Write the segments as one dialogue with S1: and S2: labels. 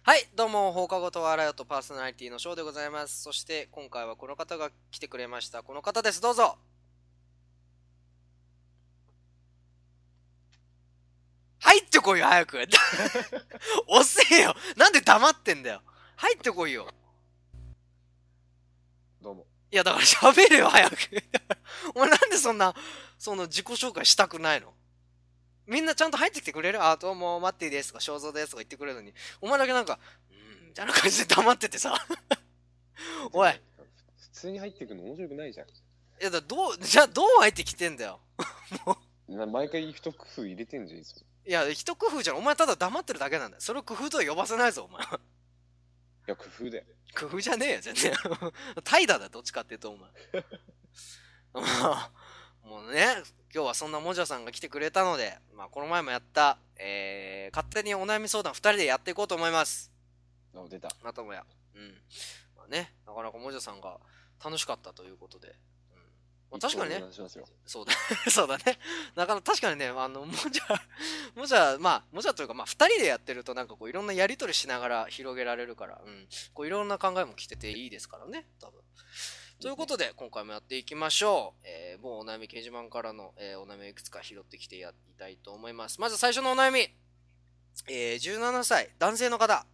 S1: はい、どうも、放課後と笑いよとパーソナリティのショーでございます。そして今回はこの方が来てくれました。この方です、どうぞ。入ってこいよ、早く。遅えよ。なんで黙ってんだよ。入ってこいよ。
S2: どうも。
S1: いや、だから喋れよ、早く。お前なんでそんな、その自己紹介したくないの？みんなちゃんと入ってきてくれる？あ、どうも、マッティですとか、正蔵ですとか言ってくれるのに、お前だけなんか、みたいな感じで黙っててさ。おい。い
S2: 普通に入ってくの面白くないじゃん。
S1: や、じゃあどう入ってきてんだよ。
S2: 毎回一工夫入れてんじゃん、いつも。
S1: いや、一工夫じゃん。お前ただ黙ってるだけなんだよ。それを工夫とは呼ばせないぞ、お前は。
S2: いや、工夫だよ。
S1: 工夫じゃねえよ、全然。怠惰だ、どっちかっていうと、お前。もうね、今日はそんなもじゃさんが来てくれたので、まあ、この前もやった、勝手にお悩み相談2人でやっていこうと思います。
S2: あ、出た。
S1: またもや。うん。まあね、なかなかもじゃさんが楽しかったということで。まあ、確かにね、そうだ、そうだね。確かにね、もじゃ、まあ、もじゃというか、まあ、二人でやってると、なんかこう、いろんなやりとりしながら広げられるから、こう、いろんな考えも聞けていいですからね、多分。ということで、今回もやっていきましょう。某お悩み掲示板からの、お悩みをいくつか拾ってきてやりたいと思います。まず最初のお悩み。17歳、男性の方。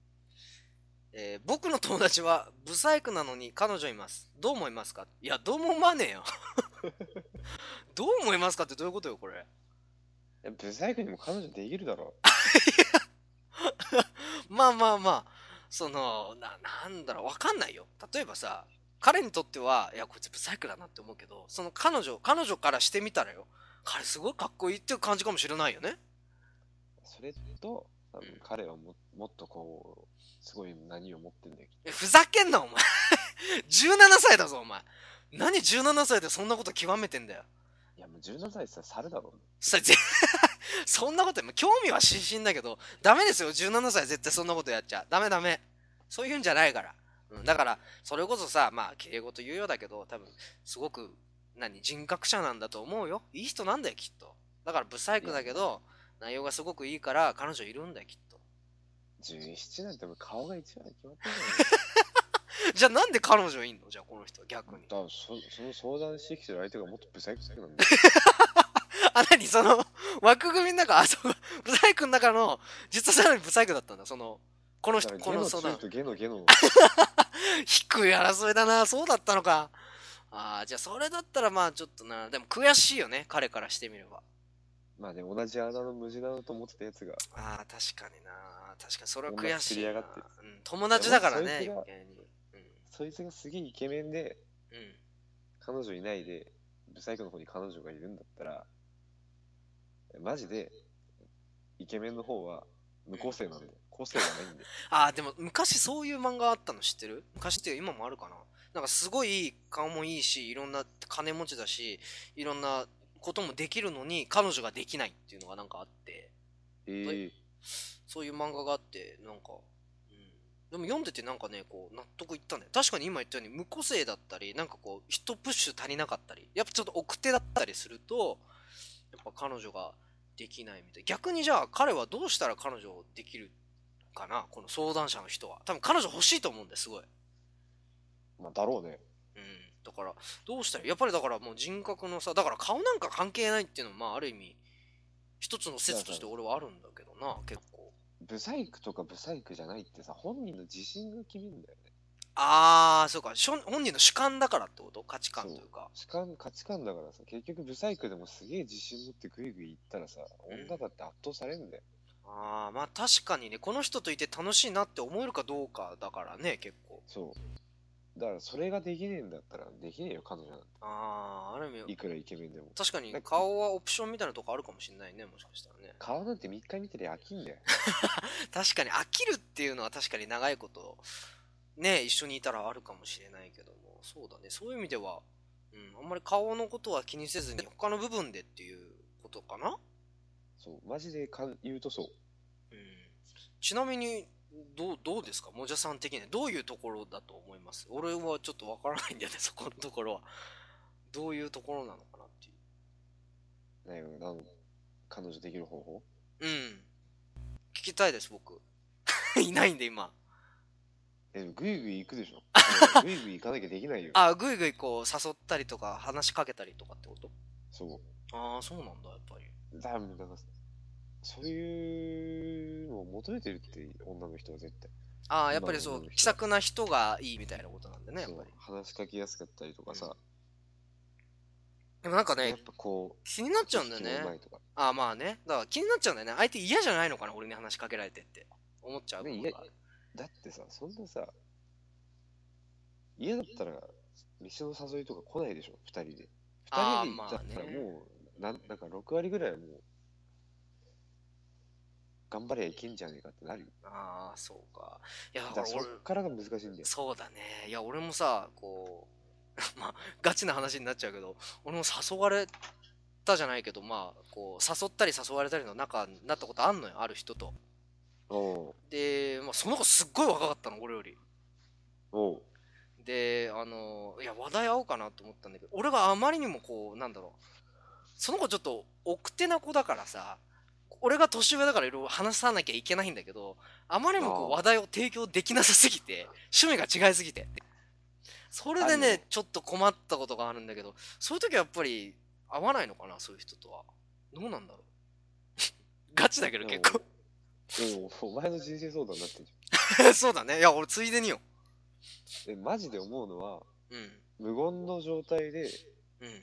S1: 僕の友達はブサイクなのに彼女います。どう思いますか？いや、どうも思わねえよ。どう思いますかってどういうことよ、これ。
S2: いや、ブサイクにも彼女できるだろ。
S1: まあまあまあ、なんだろう、わかんないよ。例えばさ、彼にとっては、いや、こいつブサイクだなって思うけど、その彼女からしてみたらよ、彼すごいかっこいいっていう感じかもしれないよね。
S2: それと、多分彼はもっとこう、すごい何を持ってんだよ。
S1: ふざけんな、お前。17歳だぞ、お前。何17歳でそんなこと極めてんだよ。
S2: いや、もう17歳さ、猿だろ。
S1: さ、そんなこと、興味は津々だけど、ダメですよ、17歳絶対そんなことやっちゃ。ダメダメ。そういうんじゃないから。だから、それこそさ、まあ、敬語と言うようだけど、多分、すごく、人格者なんだと思うよ。いい人なんだよ、きっと。だから、ブサイクだけど、内容がすごくいいから、彼女いるんだよ、きっと。
S2: 17なんてもう顔が一番決まってる
S1: じゃあ、なんで彼女いんの？じゃあ、この人は逆に。
S2: だからその相談してきてる相手がもっとブサイクなんだよ。
S1: あ、その、枠組みの中、ブサイクの中の、実はさらにブサイクだったんだ、この人、この相談。
S2: ゲの。
S1: 低い争いだな。そうだったのか。ああ、じゃあそれだったらまあちょっとな。でも悔しいよね。彼からしてみれば。
S2: まあでも同じ穴の無地なのと思ってたやつが。
S1: ああ、確かにな。確かにそれは悔しいな。
S2: やがって。
S1: 友達だからね、余計に。
S2: そいつがすげえイケメンで、
S1: うん。
S2: 彼女いないで、ブサイクの方に彼女がいるんだったら、マジで、イケメンの方は無個性なんだよ。個性がないんだよ。
S1: ああ、でも昔そういう漫画あったの知ってる？昔っていうか今もあるかな。なんかすごい顔もいいし、いろんな金持ちだし、いろんなこともできるのに彼女ができないっていうのがなんかあって。そういう漫画があって、なんか、でも読んでてなんかね、こう、納得いったんだよ。確かに今言ったように無個性だったり、なんかこう、一プッシュ足りなかったり、やっぱちょっと奥手だったりすると、やっぱ彼女ができないみたい。逆にじゃあ彼はどうしたら彼女できるかな？この相談者の人は。多分彼女欲しいと思うんだよ、すごい。
S2: まあ、だろうね。
S1: だから、どうしたら、やっぱりだからもう人格のさ、だから顔なんか関係ないっていうのも、まあある意味、一つの説として俺はあるんだけどな、結構。
S2: ブサイクとかブサイクじゃないってさ、本人の自信が決めるんだよね。
S1: あー、そうか。本人の主観だからってこと？価値観というか。
S2: 価値観だからさ、結局ブサイクでもすげえ自信持ってグイグイ行ったらさ、女だって圧倒されるんだよ。
S1: ああ、まあ確かにね、この人といて楽しいなって思えるかどうかだからね、結構。
S2: そう。だからそれができねえんだったらできねえよ、彼女なんて。
S1: ああ、ある意味、
S2: いくらイケメンでも。
S1: 確かに顔はオプションみたいなとこあるかもしれないね、もしかしたらね。
S2: 顔なんて3日見てりゃ飽きんだよ。
S1: 確かに飽きるっていうのは確かに長いこと、ね、一緒にいたらあるかもしれないけども、そうだね、そういう意味では、あんまり顔のことは気にせずに他の部分でっていうことかな。
S2: そう、マジで言うとそう。
S1: うん。ちなみに、どうですかもじゃさん的にはどういうところだと思います？俺はちょっとわからないんだよね、そこのところは。どういうところなのかなっていう。
S2: ね、彼女できる方法。
S1: うん。聞きたいです、僕。 いないんで今。
S2: ぐいぐい行くでしょ。ぐいぐい行かなきゃできないよ。
S1: あ、ぐいぐいこう誘ったりとか話しかけたりとかってこと？
S2: そ
S1: ああ、そうなんだ、やっぱり。
S2: う。だから、なんか、そういうのを求めてるって女の人は絶対。
S1: ああ、やっぱり
S2: 今
S1: そう、
S2: の女の人は
S1: 気さくな人がいいみたいなことなんでね、やっ
S2: そう
S1: ぱり。
S2: 話しかけやすかったりとかさ、
S1: でもなんかね、
S2: やっぱこう、
S1: 気になっちゃうんだよね。
S2: 駆け引きもうまいとか。
S1: ああ、まあね。だから気になっちゃうんだよね。相手嫌じゃないのかな、俺に話しかけられてって思っちゃう部
S2: ね、いや、
S1: 分がある。
S2: だってさ、そんなさ、嫌だったら、店の誘いとか来ないでしょ、二人で。
S1: ああ、
S2: 二人で行った
S1: まあね。
S2: らもう、なんか6割ぐらいはもう、頑張りゃいけんじゃねえかってなるよ。
S1: ああ、そうか。いや、だ
S2: だから
S1: から俺、
S2: そっからが難しいんだよ。
S1: そうだね。いや、俺もさ、こう、まあ、ガチな話になっちゃうけど、俺も誘われたじゃないけど、まあ、こう、誘ったり誘われたりの仲になったことあんのよ、ある人と。
S2: おう
S1: で、まあ、その子すっごい若かったの、俺より。
S2: おう
S1: で、いや、話題合うかなと思ったんだけど、俺があまりにもこう、なんだろう、その子ちょっと奥手な子だからさ、俺が年上だからいろいろ話さなきゃいけないんだけど、あまりにもこう
S2: ああ
S1: 話題を提供できなさすぎて、趣味が違いすぎて。それで
S2: あるよ、
S1: ねちょっと困ったことがあるんだけど、そういう時はやっぱり合わないのかな、そういう人とは。どうなんだろう。ガチだけど結構。
S2: お前の人生相談になってるじ
S1: そうだね。いや、俺ついでによ。
S2: ゃん。マジで思うのは、
S1: うん。
S2: 無言の状態で
S1: うん。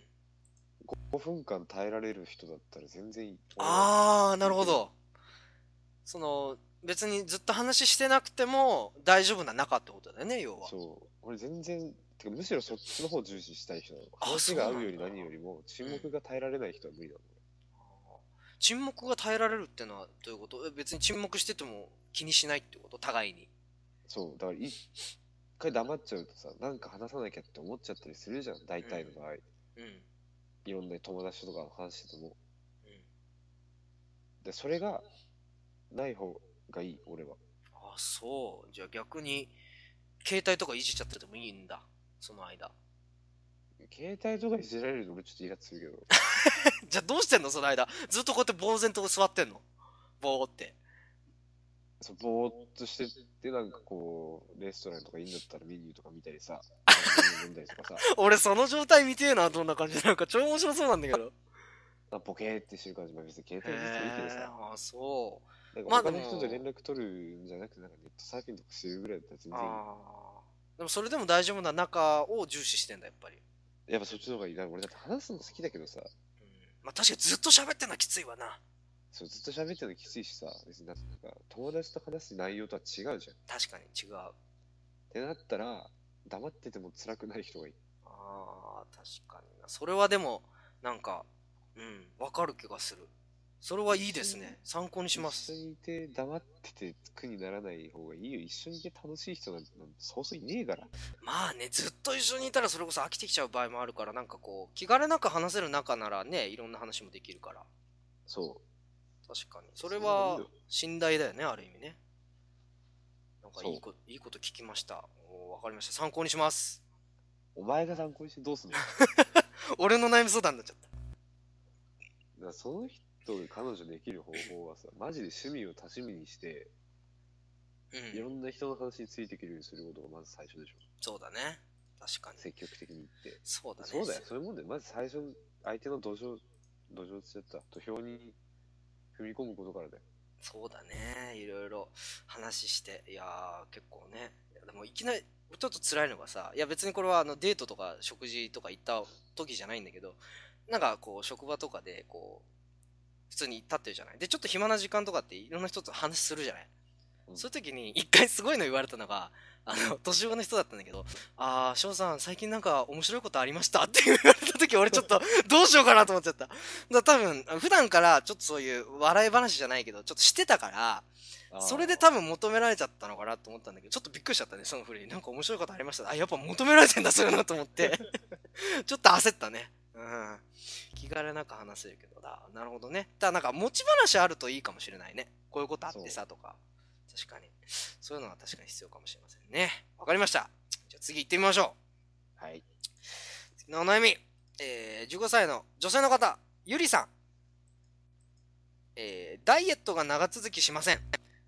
S2: 5分間耐えられる人だったら全然いい。
S1: あー、なるほど。その、別にずっと話してなくても大丈夫な仲ってことだよね、要は。
S2: そう。俺全然、てかむしろそっちの方を重視したい人なの。
S1: あ
S2: 話が合うより
S1: そうなんだ
S2: 何よりも沈黙が耐えられない人は無理なの。
S1: 沈黙が耐えられるってのはどういうこと？別に沈黙してても気にしないってこと？互いに。
S2: そう。だから一回黙っちゃうとさ、なんか話さなきゃって思っちゃったりするじゃん。大体の場合。
S1: うん。
S2: いろんな友達とかの話してても。
S1: うん。
S2: で、それがない方がいい、俺は。
S1: あ、そう。じゃあ逆に、携帯とかいじっちゃっててもいいんだ。その間。
S2: 携帯とかいじられると俺ちょっとイラッとするけど。
S1: じゃあどうしてんのその間。ずっとこうやって呆然と座ってんの？ぼーって。
S2: そう、ぼーっとしてってなんかこう、レストランとかいいんだったらメニューとか見たりさ、飲んだりとかさ、
S1: 俺その状態見てえな、どんな感じなのか超面白そうなんだけど。
S2: ボケーってしてる感じも別に携帯いじってもいいけどさ、
S1: あ、そ
S2: なんか
S1: まあでも
S2: 他の人と連絡取るんじゃなくて、なんかネットサーフィンとかしてるぐらいだったら全
S1: う。
S2: 然いい。
S1: ああ。でもそれでも大丈夫な仲を重視してんだ、やっぱり。
S2: やっぱそっちの方がいい。なんか俺だって話すの好きだけどさ、
S1: うん。まあ確かにずっと喋ってんのはきついわな。
S2: そうずっと喋ってるのきついしさ、別になんか友達と話す内容とは違うじゃん。っ
S1: 確かに違う。
S2: てなったら、黙ってても辛くない人がいい。
S1: ああ、確かにな。それはでも、なんか、うん、わかる気がする。それはいいですね。参考にします。
S2: 一緒にいて黙ってて苦にならない方がいいよ。一緒にいて楽しい人なんてそうそういねえから。
S1: まあね、ずっと一緒にいたらそれこそ飽きてきちゃう場合もあるから、なんかこう、気兼ねなく話せる仲ならね、いろんな話もできるから。
S2: そ
S1: 確かに。それは、信頼だよね、ある意味ね。なんか
S2: そう
S1: いいこと聞きました。わかりました。参考にします。
S2: う。お前が参考にしてどうすんの？だか
S1: 俺の悩み相談になっちゃった。
S2: らその人が彼女できる方法はさ、マジで趣味を多趣味にして、いろ
S1: うん。
S2: んな人の話についていけるようにすることがまず最初でしょ。
S1: そうだね。確かに。
S2: 積極的に言って。
S1: そうだね。
S2: そうだよ。そういうもんで、まず最初、相手の土壌って言っちゃった。土俵に踏み込むことからだよ。
S1: そうだね。いろいろ話して。いやー、結構ね。いやでもいきなり、ちょっと辛いのがさ、いや別にこれはデートとか食事とか行った時じゃないんだけど、なんかこう職場とかでこう、普通に立ってるじゃない。で、ちょっと暇な時間とかっていろんな人と話するじゃない。そういう時に一回すごいの言われたのが、年上の人だったんだけど、翔さん、最近なんか面白いことありましたって言われた時、俺ちょっとどうしようかなと思っちゃった。だから多分、普段からちょっとそういう笑い話じゃないけど、ちょっとしてたから、それで多分求められちゃったのかなと思ったんだけど、ちょっとびっくりしちゃったね、そのふりに。なんか面白いことありました。あ、やっぱ求められてんだ、そういうのと思って。ちょっと焦ったね。うん。気兼ねなく話せるけどだ。なるほどね。ただなんか持ち話あるといいかもしれないね。こういうことあってさとか。確かに。そういうのは確かに必要かもしれませんね。わかりました。じゃあ次行ってみましょ
S2: はい。
S1: う。次のお悩み。15歳の女性の方、ゆりさん。ダイエットが長続きしません。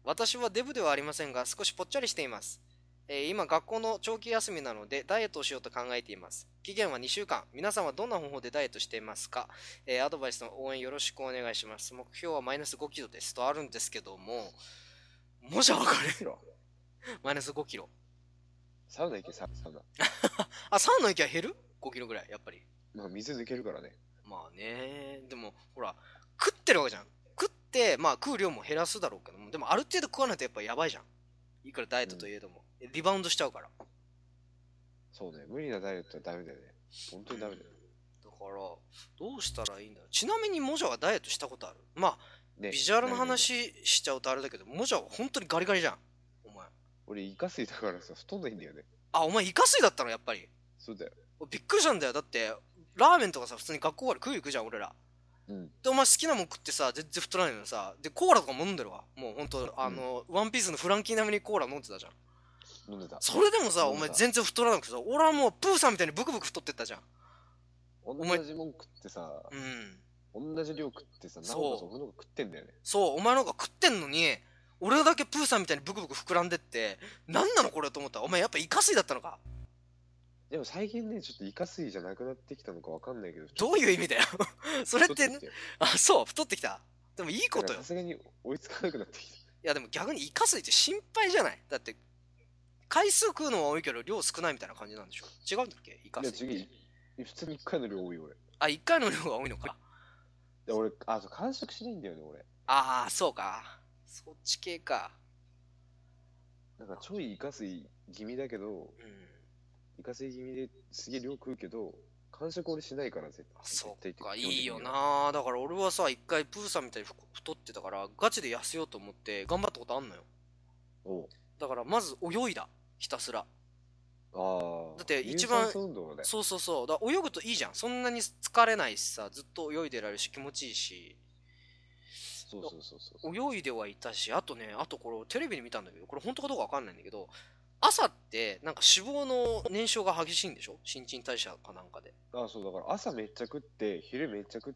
S1: 私はデブではありませんが、少しぽっちゃりしています。今、学校の長期休みなので、ダイエットをしようと考えています。期限は2週間。皆さんはどんな方法でダイエットしていますか？アドバイスの応援よろしくお願いします。目標はマイナス5キロですとあるんですけども、もしわかる。
S2: 5キロ
S1: マイナス5キロ。
S2: サウナ行け、サウナ。
S1: あ、サウナ行きゃ減る？ 5 キロぐらい、やっぱり。
S2: まあ、水抜けるからね。
S1: まあね、でも、ほら、食ってるわけじゃん。食って、まあ食う量も減らすだろうけども、でもある程度食わないとやっぱやばいじゃん。いくらダイエットといえども。リバウンドしちゃうから。
S2: そうね、無理なダイエットはダメだよね。本当にダメだよ。
S1: だから、どうしたらいいんだろう。ちなみにモジャはダイエットしたことある？まあ、
S2: ね、
S1: ビジュアルの
S2: ないないない
S1: 話しちゃうとあれだけど、モジャは本当にガリガリじゃん。お前。
S2: 俺、イカ水だからさ、太んないんだよね。
S1: あ、お前イカ水だったのやっぱり。
S2: そうだよ。
S1: びっくりしたんだよ。だって、ラーメンとかさ、普通に学校終わり食い行くじゃん、俺ら。
S2: うん。
S1: で、お前好きなもん食ってさ、全然太らないのにさ、で、コーラとかも飲んでるわ。もうほんと、ワンピースのフランキー並みにコーラ飲んでたじゃん。
S2: 飲んでた。
S1: それでもさ、
S2: 飲んでた
S1: お前全然太らなくてさ、俺はもうプーさんみたいにブクブク太ってったじゃん。前
S2: 同じもん食ってさ、同じ量食ってさ、な
S1: そう
S2: おかつ俺の方が食ってんだよね。
S1: そう、お前の方が食ってんのに、俺だけプーさんみたいにブクブク膨らんでって、なんなのこれと思ったら、お前やっぱイカ水だったのか？
S2: でも最近ね、ちょっとイカ水じゃなくなってきたのかわかんないけど、
S1: どういう意味だよそれって
S2: 太ってきたよ
S1: あ、そう、太ってきた。でもいいことよ。
S2: さすがに追いつかなくなってきた。
S1: いやでも逆にイカ水って心配じゃない？だって、回数食うのは多いけど量少ないみたいな感じなんでしょ？違うんだっけイカ
S2: いや、
S1: 水って。
S2: 普通に1回の量多いよ、俺。
S1: あ、1回の量が多いのか。
S2: で、俺、あ、そう、完食しないんだよね、俺。
S1: ああ、そうか。そっち系か。
S2: なんかちょいイカ水気味だけど、
S1: うん。
S2: イカ水気味ですげえ量食うけど、完食俺しないから絶
S1: そ
S2: 対
S1: っか、い
S2: 基本的には
S1: いよな。だから俺はさ、一回プーさんみたいに太ってたから、ガチで痩せようと思って頑張ったことあんのよ。
S2: おう。
S1: だからまず泳いだ。ひたすら。
S2: ああ。
S1: だって一
S2: 有
S1: 番
S2: 酸素運動だね。
S1: そうそうそう。だから泳ぐといいじゃん。そんなに疲れないしさ、ずっと泳いでられるし気持ちいいし。
S2: そうそうそうそう。
S1: 泳いではいたし、あとね、あとこれテレビで見たんだけど、これ本当かどうかわかんないんだけど、朝ってなんか脂肪の燃焼が激しいんでしょ？新陳代謝かなんかで。
S2: ああ、そう、だから朝めっちゃ食って、昼めっちゃ食って、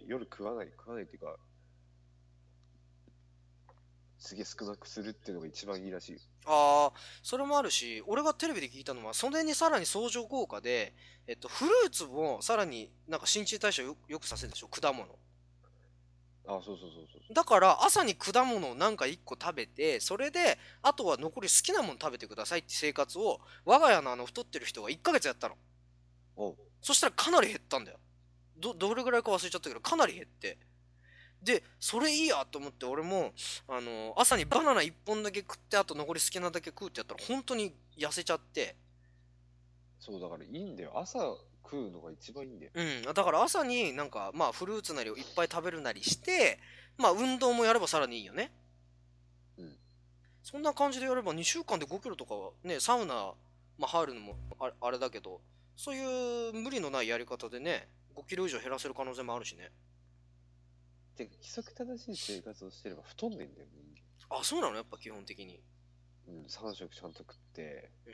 S2: 夜食わないっていうか、すげえ少なくするっていうのが一番いいらしいよ。
S1: ああ、それもあるし、俺がテレビで聞いたのは、それにさらに相乗効果で、フルーツもさらになんか新陳代謝をよくさせるんでしょ？果物。
S2: ああ、そうそうそうそう。
S1: だから朝に果物をなんか1個食べて、それで、あとは残り好きなもの食べてくださいって生活を、我が家の太ってる人が1ヶ月やったの。
S2: おう。
S1: そしたらかなり減ったんだよ。どれぐらいか忘れちゃったけど、かなり減って。で、それいいやと思って俺も、朝にバナナ1本だけ食って、あと残り好きなだけ食うってやったら、本当に痩せちゃって、
S2: そう、だからいいんだよ。朝食うのが一番いいんだよ。
S1: うん。だから朝になんか、まあフルーツなりをいっぱい食べるなりして、まあ運動もやればさらにいいよね。
S2: うん。
S1: そんな感じでやれば2週間で5キロとかはね、サウナ、まあ入るのもあれだけど、そういう無理のないやり方でね、5キロ以上減らせる可能性もあるしね。
S2: てか、規則正しい生活をしてれば太んねんだよ、人
S1: あ、そうなのやっぱ基本的に。
S2: 間。うん、3食ちゃんと食って。
S1: うん。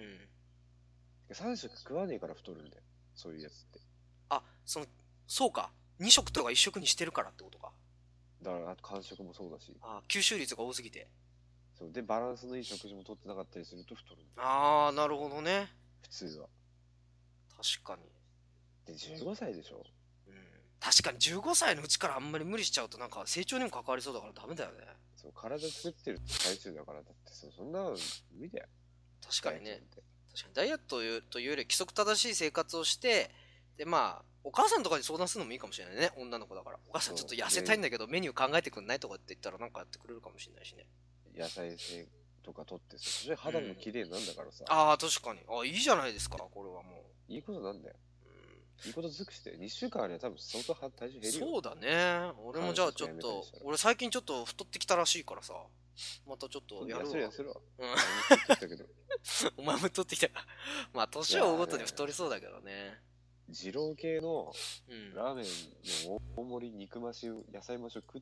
S2: 3食食わねえから太るんだよ。そういうやつって。
S1: あ、そうか。2食とか1食にしてるからってことか。
S2: だから、あと間食もそうだし。
S1: あ、吸収率が多すぎて。
S2: そう。で、バランスのいい食事もとってなかったりすると太るんだよ。
S1: あー、なるほどね。
S2: 普通は。
S1: 確かに。
S2: で、15歳でしょ？
S1: うん。確かに15歳のうちからあんまり無理しちゃうとなんか成長にも関わりそうだからダメだよね。
S2: そう、体作ってる最中だから、だってそんなの無理だよ。
S1: 確かにね。
S2: ダイエットなんて。
S1: 確かにダイエットというより規則正しい生活をして、で、まあ、お母さんとかに相談するのもいいかもしれないね。女の子だから。お母さんちょっと痩せたいんだけどメニュー考えてくんないとかって言ったらなんかやってくれるかもしれないしね。
S2: 野菜性とか取ってさ、それ肌も綺麗なんだからさ、
S1: ああ、確かに。あ、いいじゃないですか、これはも
S2: いいことなんだよ。
S1: う。
S2: いいこと尽くして、2週間あれば多分相当体重減るよ。
S1: そうだね。俺もじゃあちょっと、俺最近ちょっと太ってきたらしいからさ。またちょっとやるわ。
S2: 痩せるわ。
S1: うん。
S2: 俺も太ってきたけど。
S1: お前も太ってきた。まあ、年を追うごとに太りそうだけどね。
S2: 二郎系の
S1: うん。
S2: ラーメンの大盛り肉増し、野菜増しを食って、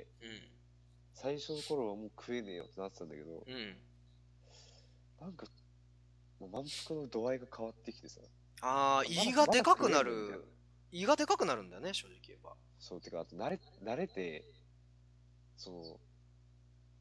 S2: 最初の頃はもう食えねえよってなってたんだけど、
S1: うん。うん。
S2: なんか、もう満腹の度合いが変わってきてさ。
S1: ああ、
S2: まだ
S1: 胃がでかくな
S2: まだ食えんのみたいな。
S1: る。胃がでかくなるんだよね、正直言えば。
S2: そう、てか、あと慣れて、その、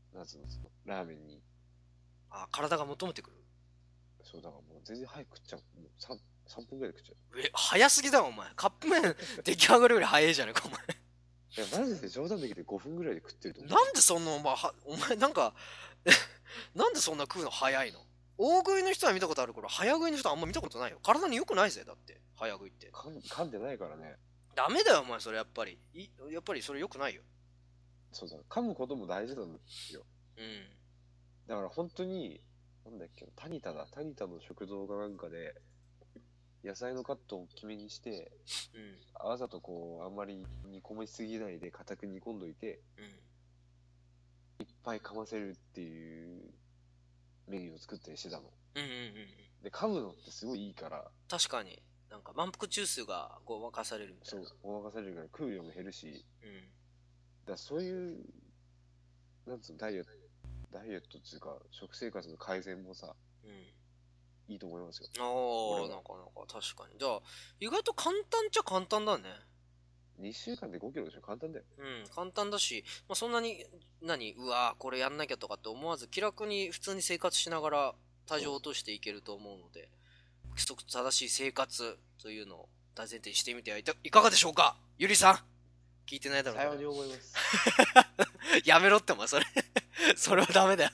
S2: なんつうの、そのラーメンに。
S1: あ、体が求めてくる。
S2: そう、だからもう全然早く食っちゃう。もう3分ぐらいで食っちゃう。
S1: 早すぎだわ、お前。カップ麺出来上がるより早いじゃねえか、お前。
S2: いや、マジで冗談できて5分ぐらいで食ってると思う。
S1: なんでそんな、お前なんか、なんでそんな食うの早いの？大食いの人は見たことある頃、早食いの人はあんま見たことないよ。体に良くないぜ、だって。早食いって。
S2: 噛んでないからね。
S1: ダメだよ、お前、それやっぱり。やっぱりそれ良くないよ。
S2: そうだ、噛むことも大事なんですよ。
S1: うん。
S2: だから本当に、なんだっけ、タニタの食堂がなんかで、野菜のカットを大きめにして、
S1: うん。
S2: わざとこう、あんまり煮込みすぎないで固く煮込んどいて、
S1: うん。
S2: いっぱい噛ませるっていうメニューを作ったりしてたの。
S1: うんうんうん。
S2: で、噛むのってすごいいいから、
S1: 確かに。なんか満腹中枢がごまかされるみた
S2: そ、
S1: いうな。
S2: ごまかされるから食う量も減るし、
S1: うん。
S2: だからそういう、なんつうの、ダイエットっていうか、食生活の改善もさ、
S1: うん。
S2: いいと思いますよ。
S1: ああ、なかなか確かに。じゃあ、意外と簡単っちゃ簡単だね。
S2: 2週間で5キロでしょ、簡単だよ。
S1: うん、簡単だし、まあ、そんなに、うわーこれやんなきゃとかって思わず、気楽に普通に生活しながら体重を落としていけると思うので、規則正しい生活というのを大前提にしてみてはいかがでしょうか？ゆりさん聞いてないだろう
S2: さように思います。
S1: やめろってお前それそれはダメだよ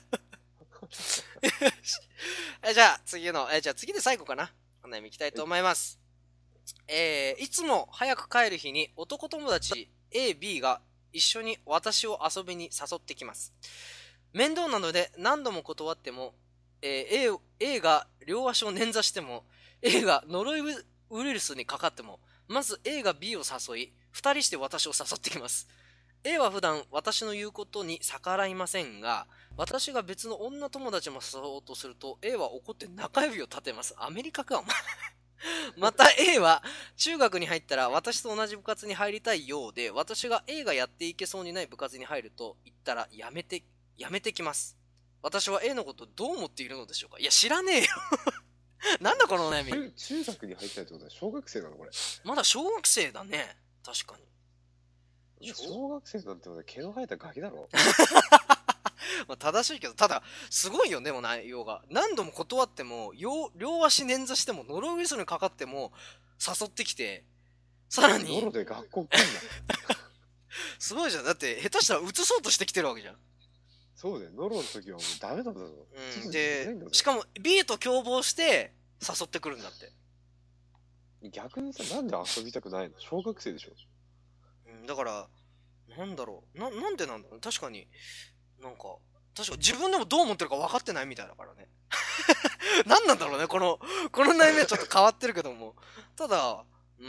S1: じゃあ次の、じゃあ次で最後かな。お悩みいきたいと思います。いつも早く帰る日に男友達 A、B が一緒に私を遊びに誘ってきます。面倒なので何度も断っても、A が両足を捻挫しても、A がノロイウイルスにかかっても、まず A が B を誘い、二人して私を誘ってきます。A は普段私の言うことに逆らいませんが、私が別の女友達も誘おうとすると A は怒って中指を立てます。アメリカかお前また A は中学に入ったら私と同じ部活に入りたいようで、私が A がやっていけそうにない部活に入ると言ったらやめてきます。私は A のことどう思っているのでしょうか？いや知らねえよなんだこのお悩み。
S2: 中学に入ったってことは小学生なのこれ。
S1: まだ小学生だね。確かに。
S2: 小学生なんてことは毛の生えたガキだろ
S1: まあ正しいけど、ただ、すごいよ、でも内容が。何度も断っても、両足捻挫しても、ノロウイルスにかかっても、誘ってきて、さらに、
S2: ノロで学校来んな。
S1: すごいじゃん。だって、下手したら移そうとしてきてるわけじゃん。
S2: そうだよ、ノロの時はもうダメなんだぞ。
S1: うん。で、しかも B と共謀して誘ってくるんだって。
S2: 逆にさ、なんで遊びたくないの？小学生でしょ。
S1: うん、だから、なんだろう。なんでなんだろう。確かに自分でもどう思ってるか分かってないみたいだからね。何なんだろうね、この悩みはちょっと変わってるけども。ただ、うん。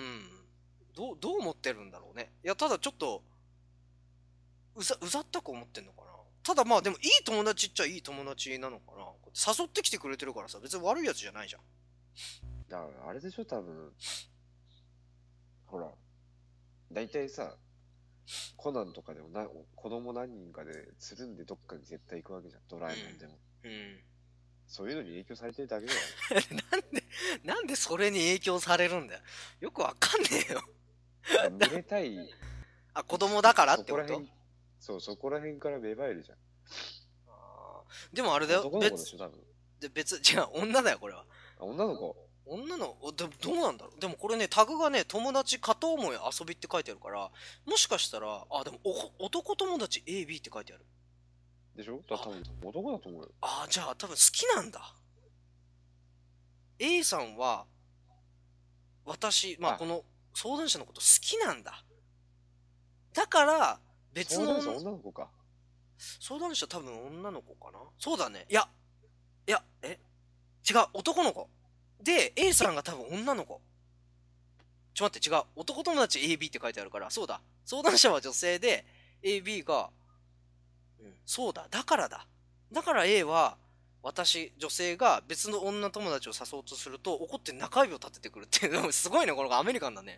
S1: どう思ってるんだろうね。いや、ただちょっと、うざったく思ってんのかな。ただまあでもいい友達っちゃいい友達なのかな。誘ってきてくれてるからさ、別に悪いやつじゃないじゃん。
S2: だからあれでしょ、多分。ほら、大体さ、コナンとかでも子供何人かでつるんでどっかに絶対行くわけじゃん、ドラえもんでも。
S1: うん。
S2: そういうのに影響されてるだけだよ。
S1: なんでそれに影響されるんだよ。よくわかんねえよ。
S2: 見れたい。
S1: あ、子供だからってこと？
S2: そう、そこら辺から芽生えるじゃん。
S1: でもあれだよ。
S2: 男の子でしょ、多分。
S1: 違う、女だよ、これは。
S2: 女の子。
S1: でもどうなんだろう。でもこれね、タグがね、友達片思い遊びって書いてあるから、もしかしたら、でも男友達 A、B って書いてある。
S2: でしょ？多分男だと思うよ。
S1: じゃあ多分好きなんだ。A さんは、私、この相談者のこと好きなんだ。だから、別の。
S2: 相談者女の子か。
S1: 相談者多分女の子かな？そうだね。いや、違う、男の子。で、A さんが多分女の子。待って、違う。男友達 AB って書いてあるから、そうだ。相談者は女性で、AB が、そうだ。だからだ。だから A は、女性が別の女友達を誘おうとすると、怒って中指を立ててくるっていう。すごいね、この子アメリカンだね。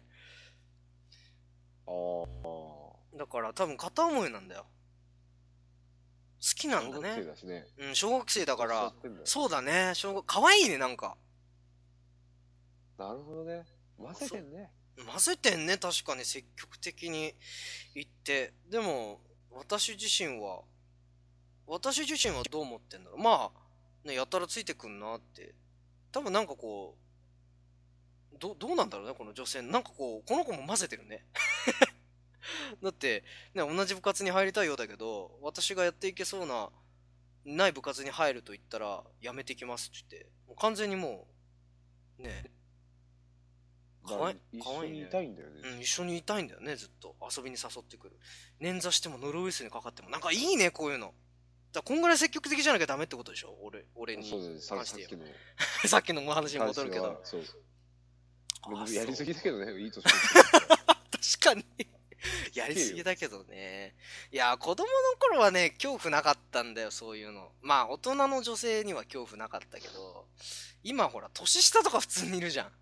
S1: だから多分片思いなんだよ。好きなんだね。
S2: 小学生だしね。
S1: うん、小学生だから、そうだね。かわいいね、なんか。
S2: なるほどね。混ぜてんね。
S1: 混ぜてんね、確かに積極的に言って。でも、私自身は、 私自身はどう思ってんだろう。まあ、ね、やたらついてくんなって。多分なんかこう、どうなんだろうね、この女性。なんかこう、この子も混ぜてるね。だって、ね、同じ部活に入りたいようだけど、私がやっていけそうな、ない部活に入ると言ったら、やめてきますって言って、もう完全にもう、ね、かわい
S2: 一
S1: かわいいね
S2: 緒にいたいんだよね。
S1: うん、一緒にいたいんだよね、ずっと。遊びに誘ってくる。捻挫してもノロウイルスにかかっても。なんかいいね、こういうの。だからこんぐらい積極的じゃなきゃダメってことでしょ俺に
S2: そうだね、さ
S1: 関して言
S2: っきの。
S1: う。さっきの話に戻るけど。
S2: そう。
S1: あ
S2: やりすぎだけどね、いい年
S1: 確かに。やりすぎだけどね。いや、子供の頃はね、恐怖なかったんだよ、そういうの。まあ、大人の女性には恐怖なかったけど、今ほら、年下とか普通にいるじゃん。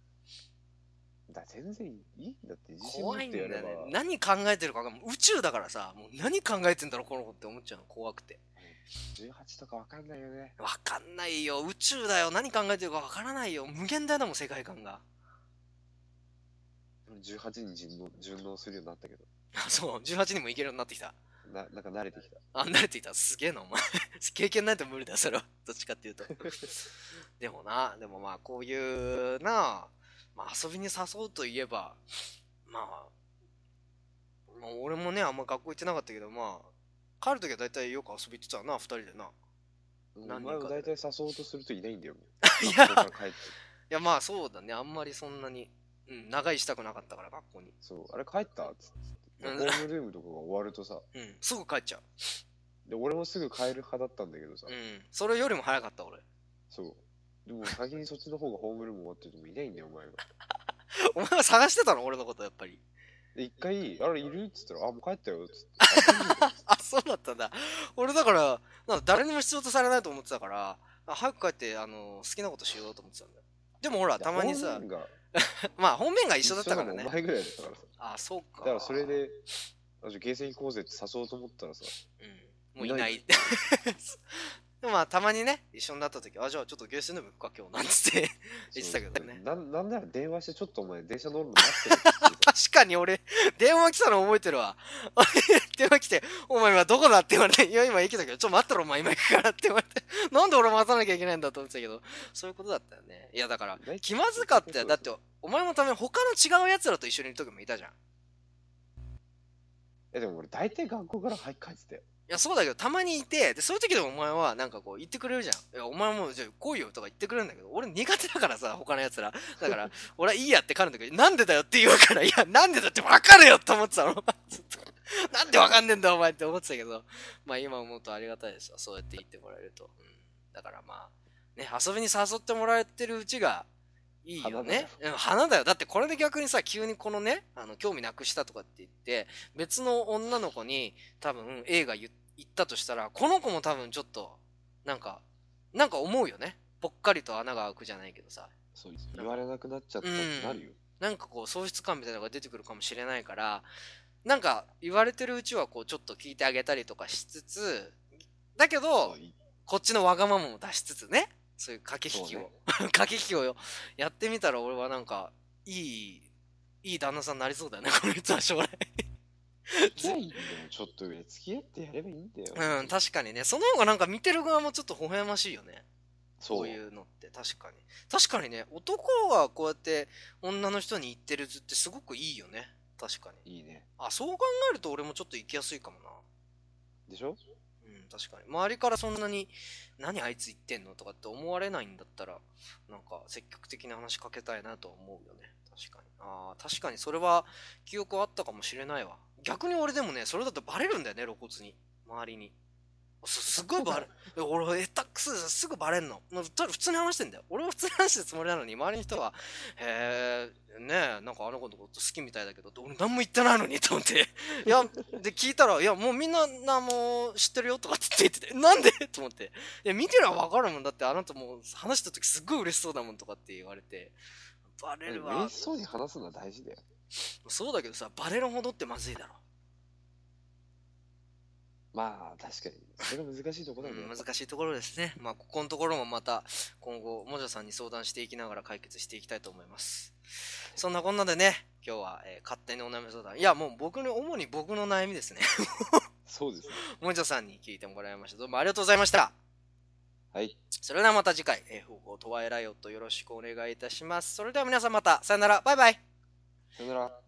S2: 全然いいんだって、自信持
S1: 怖いんだよ
S2: ってやれば。
S1: ね。何考えてるかが宇宙だからさ、もう何考えてんだろ、この子って思っちゃうの、怖くて。
S2: 18とかわかんないよね。
S1: わかんないよ、宇宙だよ。何考えてるかわからないよ。無限大だもん、世界観が。
S2: 18に順応するようになったけど。
S1: そう、18にもいけるようになってきた。
S2: なんか慣れてきた。
S1: あ、慣れてきた。すげえな、お前。経験ないと無理だよ、それは。どっちかっていうと。でもまあ、こういうまあ、遊びに誘うといえば、まあ、俺もね、あんま学校行ってなかったけど、まあ、帰るときは大体よく遊び行ってたな、二人でな。
S2: お前も大体誘おうとするといないんだよ。
S1: いや、
S2: 学校から帰って。
S1: いや、まあそうだね、あんまりそんなに、長居したくなかったから、学校に。
S2: そう、あれ帰ったっつって。ホームルームとかが終わるとさ、
S1: すぐ帰っちゃう。
S2: で、俺もすぐ帰る派だったんだけどさ、
S1: それよりも早かった、俺。
S2: そう。でも先にそっちの方がホームルーム終わっててもいないんだよ、お前が。
S1: お前は探してたの、俺のこと、やっぱり。
S2: で、一回、あれいるっつったら、あ、もう帰ったよ、っつって。
S1: あ、そうだったんだ。俺だから、なんか誰にも必要とされないと思ってたから、早く帰って、好きなことしようと思ってたんだよ。でもほら、たまにさ、まあ本面が一緒だったからね。
S2: お前ぐらいだったからさ。
S1: あ、そうか。
S2: だからそれで、ゲーセン行こうぜって誘おうと思ったらさ、
S1: もういない。でもまあたまにね、一緒になった時、じゃあちょっとゲーセンでも行くか今日なんつって言ってたけどね。
S2: なんなら電話してちょっとお前電車乗るの待ってるって
S1: 確かに俺、電話来たの覚えてるわ。電話来て、お前今どこだって言われて、いや今駅だけど、ちょっと待ったらお前今行くからって言われて、なんで俺待たなきゃいけないんだと思ってたけど、そういうことだったよね。いやだから、気まずかったよ。だって、お前もために他の違う奴らと一緒にいる時もいたじゃん。
S2: でも俺大体学校から帰ってたよ。
S1: いや、そうだけど、たまにいて、で、そういう時でもお前は、なんかこう、言ってくれるじゃん。いや、お前も、じゃあ来いよとか言ってくれるんだけど、俺苦手だからさ、他の奴ら。だから、俺はいいやって彼の時、なんでだよって言うから、いや、なんでだって分かるよって思ってたの。ずっとなんで分かんねえんだお前って思ってたけど、まあ今思うとありがたいですわ。そうやって言ってもらえると。だからまあ、ね、遊びに誘ってもらえてるうちが、いいよね。花だよ。だってこれで逆にさ、急にこのね、興味なくしたとかって言って、別の女の子に多分 A が言ったとしたら、この子も多分ちょっと、なんか思うよね。ぽっかりと穴が開くじゃないけどさ。
S2: そう言われなくなっちゃったってなるよ。
S1: なんかこう、喪失感みたいなのが出てくるかもしれないから、なんか言われてるうちはこう、ちょっと聞いてあげたりとかしつつ、だけど、こっちのわがままも出しつつね。そういう駆け引きを、駆け引きをやってみたら俺はなんか、いい旦那さんになりそうだよね、この人は将来。
S2: いいんだよ、ちょっと上付き合ってやればいいんだよ。
S1: 確かにね。その方がなんか見てる側もちょっと微笑ましいよね。
S2: そう
S1: こういうのって確かに。確かにね、男がこうやって女の人に言ってる図ってすごくいいよね。確かに。
S2: いいね。
S1: そう考えると俺もちょっと行きやすいかもな。
S2: でしょ？
S1: 確かに。周りからそんなに、何あいつ言ってんのとかって思われないんだったら、なんか積極的な話しかけたいなと思うよね。確かに。確かにそれは記憶あったかもしれないわ。逆に俺でもね、それだとバレるんだよね、露骨に。周りに。すごいバレる。俺、下手くそですぐバレんの。普通に話してんだよ。俺は普通に話してるつもりなのに、周りの人は、ねえ、なんかあの子のこと好きみたいだけど、俺何も言ってないのにと思って。いや、で聞いたら、いや、もうみんな、もう知ってるよとかって言ってて、なんでと思って。いや、見てりゃわかるもんだって、あなたもう話した時すっごい嬉しそうだもんとかって言われて、バレるわ。
S2: 嬉しそうに話すのは大事だよ。
S1: そうだけどさ、バレるほどってまずいだろ。
S2: まあ確かにそれが難しいところだね、
S1: 難しいところですね。まあここのところもまた今後もじゃさんに相談していきながら解決していきたいと思います。そんなこんなでね、今日は、勝手にお悩み相談、いやもう主に僕の悩みですね。
S2: そうですね。
S1: もんじゃさんに聞いてもらいました。どうもありがとうございました。
S2: はい。
S1: それではまた次回、不法トワイライオットよろしくお願いいたします。それでは皆さんまた、さよなら、バイバイ。
S2: さよなら。